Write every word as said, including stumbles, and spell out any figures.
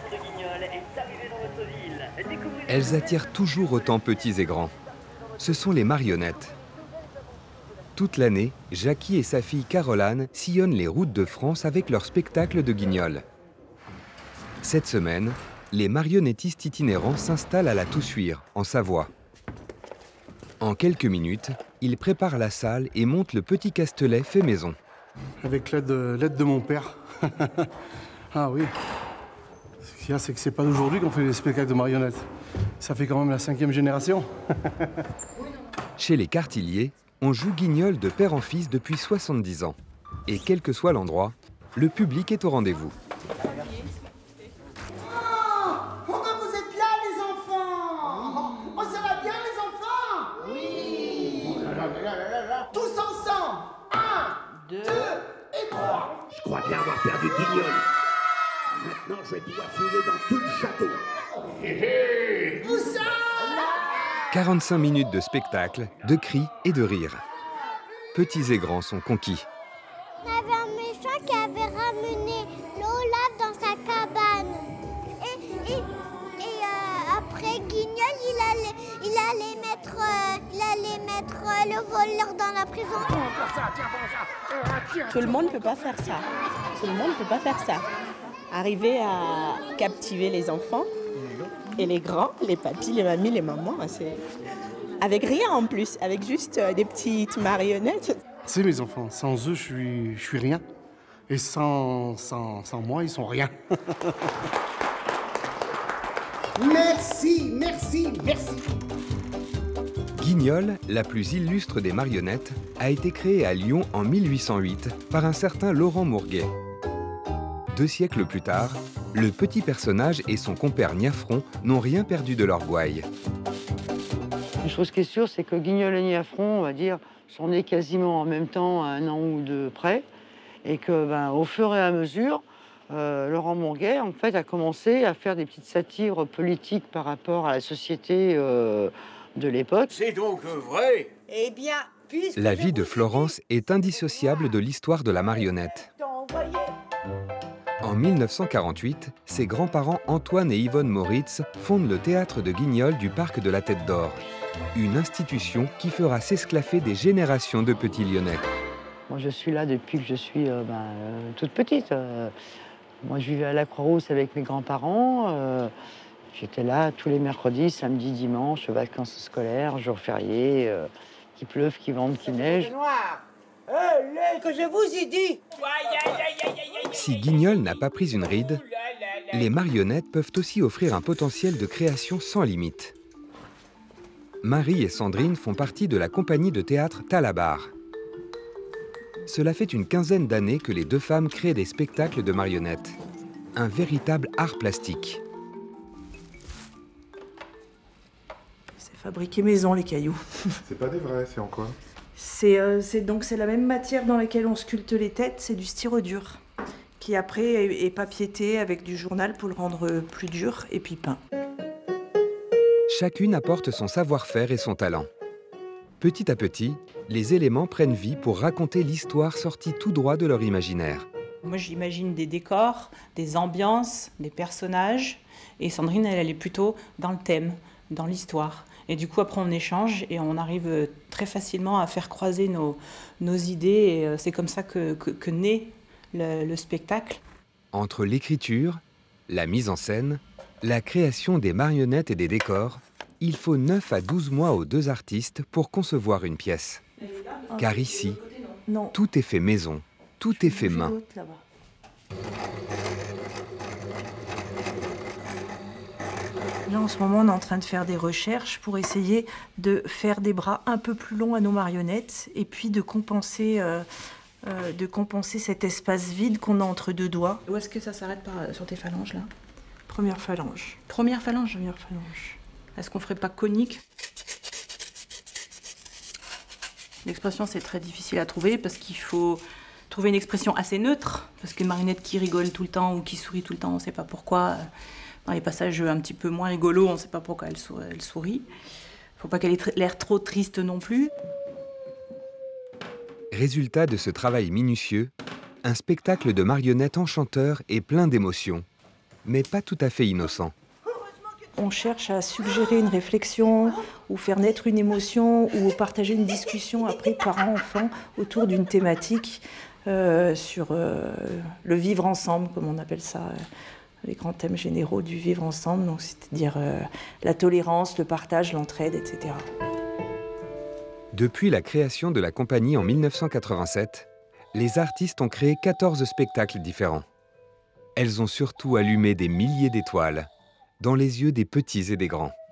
Elles attirent toujours autant petits et grands. Ce sont les marionnettes. Toute l'année, Jackie et sa fille Caroline sillonnent les routes de France avec leur spectacle de Guignol. Cette semaine, les marionnettistes itinérants s'installent à la Toussuire, en Savoie. En quelques minutes, ils préparent la salle et montent le petit Castelet fait maison. Avec l'aide de, l'aide de mon père. Ah oui. Ce qu'il y a, c'est que c'est pas d'aujourd'hui qu'on fait les spectacles de marionnettes. Ça fait quand même la cinquième génération. Chez les Cartilliers, on joue Guignol de père en fils depuis soixante-dix ans. Et quel que soit l'endroit, le public est au rendez-vous. Oh, pourquoi vous êtes là, les enfants? Oh, ça va bien, les enfants? Oui. Tous ensemble. Un, deux et trois. Je crois bien avoir perdu Guignol. Maintenant, je vais pouvoir fouiller dans tout le château. Où ça? quarante-cinq minutes de spectacle, de cris et de rires. Petits et grands sont conquis. Il y avait un méchant qui avait ramené l'Olaf dans sa cabane. Et, et, et euh, après Guignol, il allait, il allait mettre, euh, il allait mettre euh, le voleur dans la prison. Tout le monde ne peut pas faire ça. Tout le monde ne peut pas faire ça. Arriver à captiver les enfants et les grands, les papis, les mamies, les mamans, c'est avec rien en plus, avec juste des petites marionnettes. C'est mes enfants. Sans eux, je suis, je suis rien. Et sans, sans, sans moi, ils sont rien. Merci, merci, merci. Guignol, la plus illustre des marionnettes, a été créée à Lyon en mille huit cent huit par un certain Laurent Mourguet. Deux siècles plus tard, le petit personnage et son compère Niafron n'ont rien perdu de leur gouaille. Une chose qui est sûre, c'est que Guignol et Niafron, on va dire, sont nés quasiment en même temps, à un an ou deux près, et que, ben, au fur et à mesure, euh, Laurent Mourguet, en fait, a commencé à faire des petites satires politiques par rapport à la société euh, de l'époque. C'est donc vrai? Eh bien, puisque La vie de Florence est indissociable de l'histoire de la marionnette. En mille neuf cent quarante-huit, ses grands-parents Antoine et Yvonne Moritz fondent le théâtre de Guignol du parc de la Tête d'Or. Une institution qui fera s'esclaffer des générations de petits Lyonnais. Moi, je suis là depuis que je suis euh, ben, euh, toute petite. Euh, moi, je vivais à la Croix-Rousse avec mes grands-parents. Euh, J'étais là tous les mercredis, samedis, dimanches, vacances scolaires, jours fériés, euh, qu'il pleuve, qu'il vente, qu'il neige. noir. Euh, que je vous ai dit. Si Guignol n'a pas pris une ride, les marionnettes peuvent aussi offrir un potentiel de création sans limite. Marie et Sandrine font partie de la compagnie de théâtre Talabar. Cela fait une quinzaine d'années que les deux femmes créent des spectacles de marionnettes. Un véritable art plastique. C'est fabriqué maison, les cailloux. C'est pas des vrais, c'est en quoi? C'est euh, donc c'est la même matière dans laquelle on sculpte les têtes, c'est du styrodure, qui après est, est papiété avec du journal pour le rendre plus dur et puis peint. Chacune apporte son savoir-faire et son talent. Petit à petit, les éléments prennent vie pour raconter l'histoire sortie tout droit de leur imaginaire. Moi, j'imagine des décors, des ambiances, des personnages. Et Sandrine, elle, elle est plutôt dans le thème, dans l'histoire. Et du coup, après, on échange et on arrive très facilement à faire croiser nos, nos idées. Et c'est comme ça que, que, que naît le, le spectacle. Entre l'écriture, la mise en scène, la création des marionnettes et des décors, il faut neuf à douze mois aux deux artistes pour concevoir une pièce. Car ici, Non. tout est fait maison, tout est fait main. Là, en ce moment, on est en train de faire des recherches pour essayer de faire des bras un peu plus longs à nos marionnettes et puis de compenser, euh, euh, de compenser cet espace vide qu'on a entre deux doigts. Où est-ce que ça s'arrête par, sur tes phalanges, là? Première phalange. Première phalange. Première phalange. Est-ce qu'on ferait pas conique? L'expression, c'est très difficile à trouver parce qu'il faut trouver une expression assez neutre. Parce qu'une marionnette qui rigole tout le temps ou qui sourit tout le temps, on ne sait pas pourquoi. Dans les passages un petit peu moins rigolos, on ne sait pas pourquoi elle, sou elle sourit. Il ne faut pas qu'elle ait l'air trop triste non plus. Résultat de ce travail minutieux, un spectacle de marionnettes enchanteur et plein d'émotions. mais pas tout à fait innocent. On cherche à suggérer une réflexion ou faire naître une émotion ou partager une discussion après parents-enfants autour d'une thématique euh, sur euh, le vivre ensemble, comme on appelle ça, euh, les grands thèmes généraux du vivre ensemble, donc c'est-à-dire euh, la tolérance, le partage, l'entraide, et cetera. Depuis la création de la compagnie en mille neuf cent quatre-vingt-sept, les artistes ont créé quatorze spectacles différents. Elles ont surtout allumé des milliers d'étoiles dans les yeux des petits et des grands.